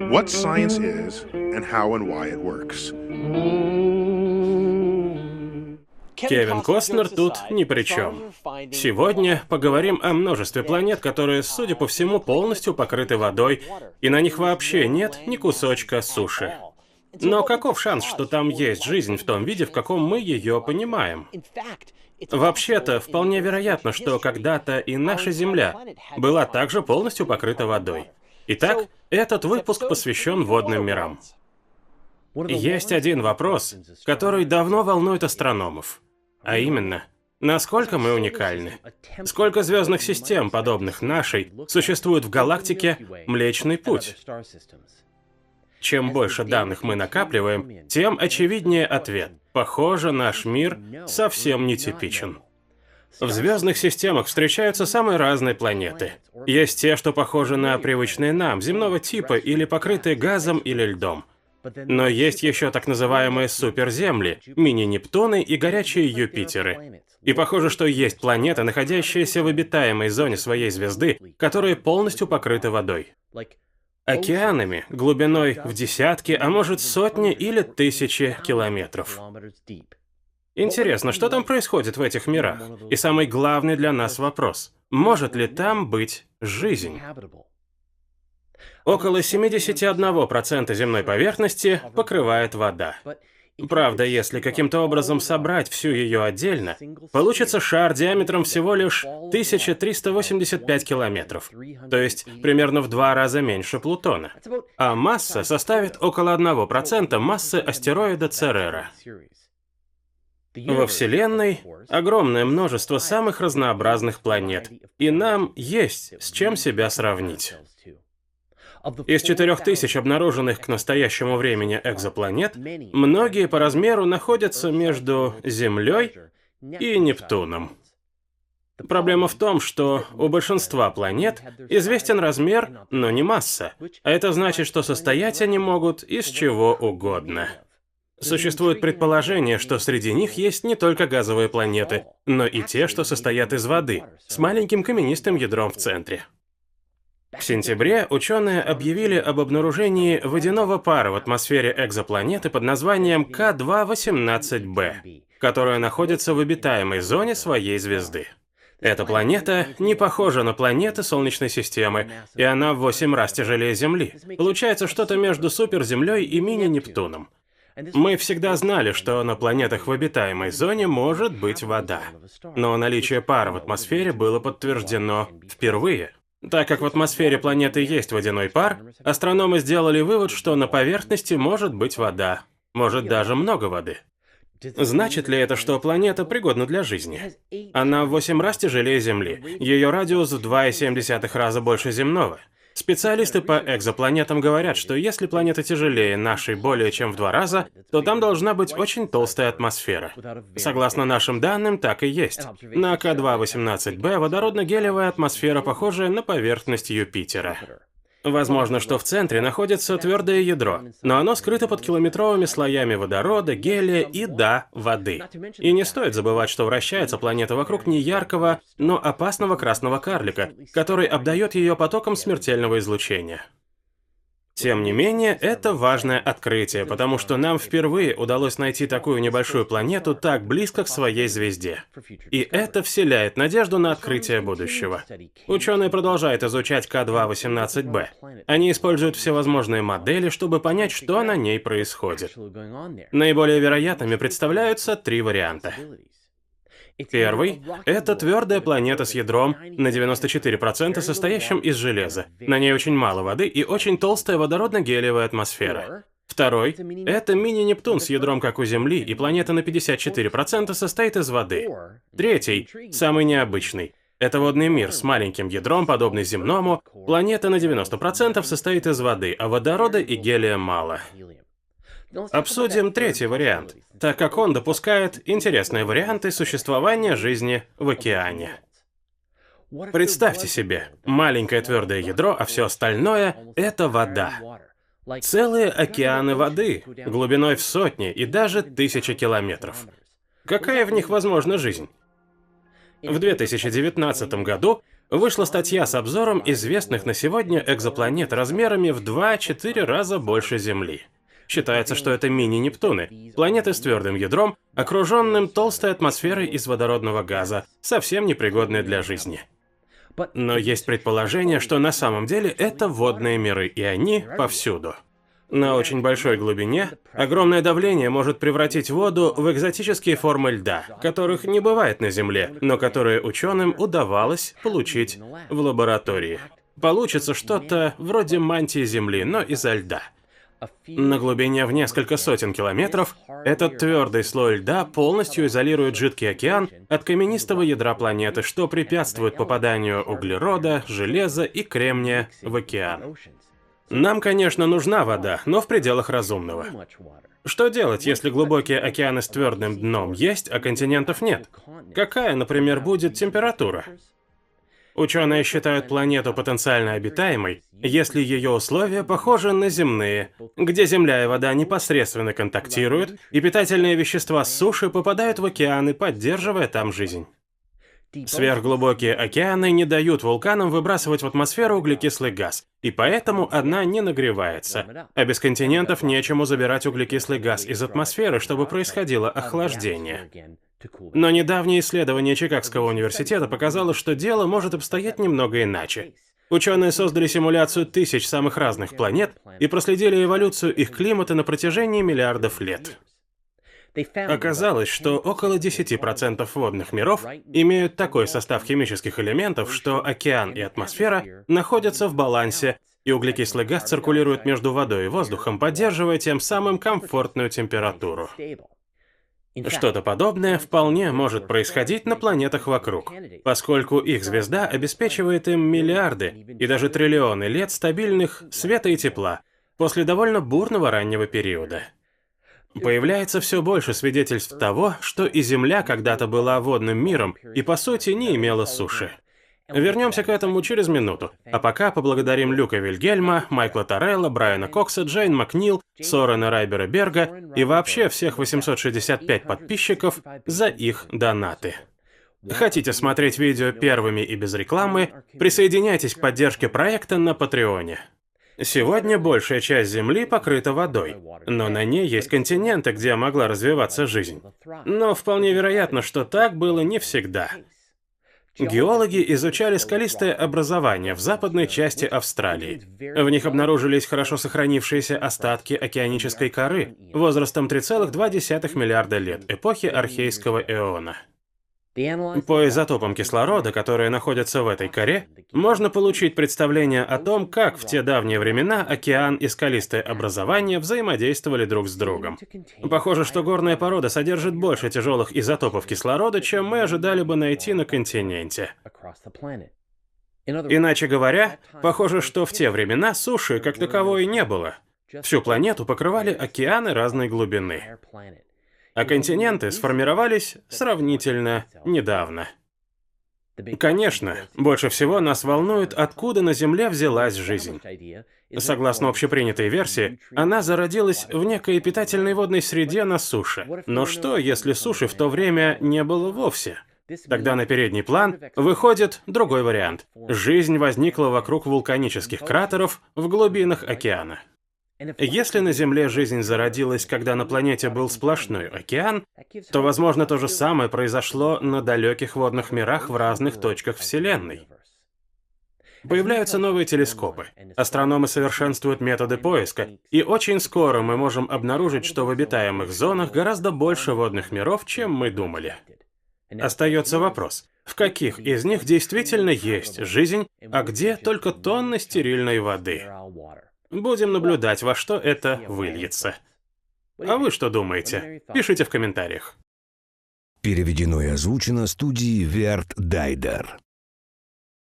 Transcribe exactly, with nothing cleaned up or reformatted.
what science is and how and why it works. Кевин Костнер тут ни при чем. Сегодня поговорим о множестве планет, которые, судя по всему, полностью покрыты водой, и на них вообще нет ни кусочка суши. Но каков шанс, что там есть жизнь в том виде, в каком мы ее понимаем? Вообще-то, вполне вероятно, что когда-то и наша Земля была также полностью покрыта водой. Итак, этот выпуск посвящен водным мирам. Есть один вопрос, который давно волнует астрономов. А именно, насколько мы уникальны? Сколько звездных систем, подобных нашей, существует в галактике Млечный Путь? Чем больше данных мы накапливаем, тем очевиднее ответ. Похоже, наш мир совсем нетипичен. В звездных системах встречаются самые разные планеты. Есть те, что похожи на привычные нам, земного типа, или покрытые газом или льдом. Но есть еще так называемые суперземли, мини-Нептуны и горячие Юпитеры. И похоже, что есть планеты, находящиеся в обитаемой зоне своей звезды, которые полностью покрыты водой. Океанами, глубиной в десятки, а может сотни или тысячи километров. Интересно, что там происходит в этих мирах? И самый главный для нас вопрос: может ли там быть жизнь? Около семидесяти одного процента земной поверхности покрывает вода. Правда, если каким-то образом собрать всю ее отдельно, получится шар диаметром всего лишь тысяча триста восемьдесят пять километров, то есть примерно в два раза меньше Плутона. А масса составит около одного процента массы астероида Церера. Во Вселенной огромное множество самых разнообразных планет, и нам есть с чем себя сравнить. Из четырёх тысяч обнаруженных к настоящему времени экзопланет, многие по размеру находятся между Землей и Нептуном. Проблема в том, что у большинства планет известен размер, но не масса, а это значит, что состоять они могут из чего угодно. Существует предположение, что среди них есть не только газовые планеты, но и те, что состоят из воды, с маленьким каменистым ядром в центре. В сентябре ученые объявили об обнаружении водяного пара в атмосфере экзопланеты под названием К два восемнадцать бэ, которая находится в обитаемой зоне своей звезды. Эта планета не похожа на планеты Солнечной системы, и она в восемь раз тяжелее Земли. Получается что-то между суперземлей и мини-Нептуном. Мы всегда знали, что на планетах в обитаемой зоне может быть вода. Но наличие пара в атмосфере было подтверждено впервые. Так как в атмосфере планеты есть водяной пар, астрономы сделали вывод, что на поверхности может быть вода. Может, даже много воды. Значит ли это, что планета пригодна для жизни? Она в восемь раз тяжелее Земли. Ее радиус в два и семь десятых раза больше земного. Специалисты по экзопланетам говорят, что если планета тяжелее нашей более чем в два раза, то там должна быть очень толстая атмосфера. Согласно нашим данным, так и есть. На К два восемнадцать бэ водородно-гелевая атмосфера, похожая на поверхность Юпитера. Возможно, что в центре находится твердое ядро, но оно скрыто под километровыми слоями водорода, гелия и, да, воды. И не стоит забывать, что вращается планета вокруг неяркого, но опасного красного карлика, который обдает ее потоком смертельного излучения. Тем не менее, это важное открытие, потому что нам впервые удалось найти такую небольшую планету так близко к своей звезде. И это вселяет надежду на открытие будущего. Ученые продолжают изучать К два восемнадцать бэ. Они используют всевозможные модели, чтобы понять, что на ней происходит. Наиболее вероятными представляются три варианта. Первый – это твердая планета с ядром, на девяносто четыре процента состоящим из железа. На ней очень мало воды и очень толстая водородно-гелевая атмосфера. Второй – это мини-Нептун с ядром, как у Земли, и планета на пятьдесят четыре процента состоит из воды. Третий – самый необычный. Это водный мир с маленьким ядром, подобный земному. Планета на девяносто процентов состоит из воды, а водорода и гелия мало. Обсудим третий вариант, так как он допускает интересные варианты существования жизни в океане. Представьте себе, маленькое твердое ядро, а все остальное – это вода. Целые океаны воды, глубиной в сотни и даже тысячи километров. Какая в них возможна жизнь? В две тысячи девятнадцатом году Вышла статья с обзором известных на сегодня экзопланет размерами в два-четыре раза больше Земли. Считается, что это мини-Нептуны, планеты с твердым ядром, окруженным толстой атмосферой из водородного газа, совсем непригодные для жизни. Но есть предположение, что на самом деле это водные миры, и они повсюду. На очень большой глубине огромное давление может превратить воду в экзотические формы льда, которых не бывает на Земле, но которые ученым удавалось получить в лаборатории. Получится что-то вроде мантии Земли, но изо льда. На глубине в несколько сотен километров этот твердый слой льда полностью изолирует жидкий океан от каменистого ядра планеты, что препятствует попаданию углерода, железа и кремния в океан. Нам, конечно, нужна вода, но в пределах разумного. Что делать, если глубокие океаны с твердым дном есть, а континентов нет? Какая, например, будет температура? Ученые считают планету потенциально обитаемой, если ее условия похожи на земные, где земля и вода непосредственно контактируют, и питательные вещества с суши попадают в океаны, поддерживая там жизнь. Сверхглубокие океаны не дают вулканам выбрасывать в атмосферу углекислый газ, и поэтому одна не нагревается, а без континентов нечему забирать углекислый газ из атмосферы, чтобы происходило охлаждение. Но недавнее исследование Чикагского университета показало, что дело может обстоять немного иначе. Ученые создали симуляцию тысяч самых разных планет и проследили эволюцию их климата на протяжении миллиардов лет. Оказалось, что около десяти процентов водных миров имеют такой состав химических элементов, что океан и атмосфера находятся в балансе, и углекислый газ циркулирует между водой и воздухом, поддерживая тем самым комфортную температуру. Что-то подобное вполне может происходить на планетах вокруг, поскольку их звезда обеспечивает им миллиарды и даже триллионы лет стабильных света и тепла после довольно бурного раннего периода. Появляется все больше свидетельств того, что и Земля когда-то была водным миром и, по сути, не имела суши. Вернемся к этому через минуту. А пока поблагодарим Люка Вильгельма, Майкла Торрелла, Брайана Кокса, Джейн Макнил, Сорена Райбера Берга и вообще всех восемьсот шестьдесят пять подписчиков за их донаты. Хотите смотреть видео первыми и без рекламы? Присоединяйтесь к поддержке проекта на Патреоне. Сегодня большая часть Земли покрыта водой, но на ней есть континенты, где могла развиваться жизнь. Но вполне вероятно, что так было не всегда. Геологи изучали скалистое образование в западной части Австралии. В них обнаружились хорошо сохранившиеся остатки океанической коры возрастом три целых два десятых миллиарда лет, эпохи Архейского эона. По изотопам кислорода, которые находятся в этой коре, можно получить представление о том, как в те давние времена океан и скалистое образование взаимодействовали друг с другом. Похоже, что горная порода содержит больше тяжелых изотопов кислорода, чем мы ожидали бы найти на континенте. Иначе говоря, похоже, что в те времена суши как таковой не было. Всю планету покрывали океаны разной глубины. А континенты сформировались сравнительно недавно. Конечно, больше всего нас волнует, откуда на Земле взялась жизнь. Согласно общепринятой версии, она зародилась в некой питательной водной среде на суше. Но что, если суши в то время не было вовсе? Тогда на передний план выходит другой вариант. Жизнь возникла вокруг вулканических кратеров в глубинах океана. Если на Земле жизнь зародилась, когда на планете был сплошной океан, то, возможно, то же самое произошло на далеких водных мирах в разных точках Вселенной. Появляются новые телескопы, астрономы совершенствуют методы поиска, и очень скоро мы можем обнаружить, что в обитаемых зонах гораздо больше водных миров, чем мы думали. Остается вопрос, в каких из них действительно есть жизнь, а где только тонны стерильной воды? Будем наблюдать, во что это выльется. А вы что думаете? Пишите в комментариях. Переведено и озвучено студией Верт Дайдер.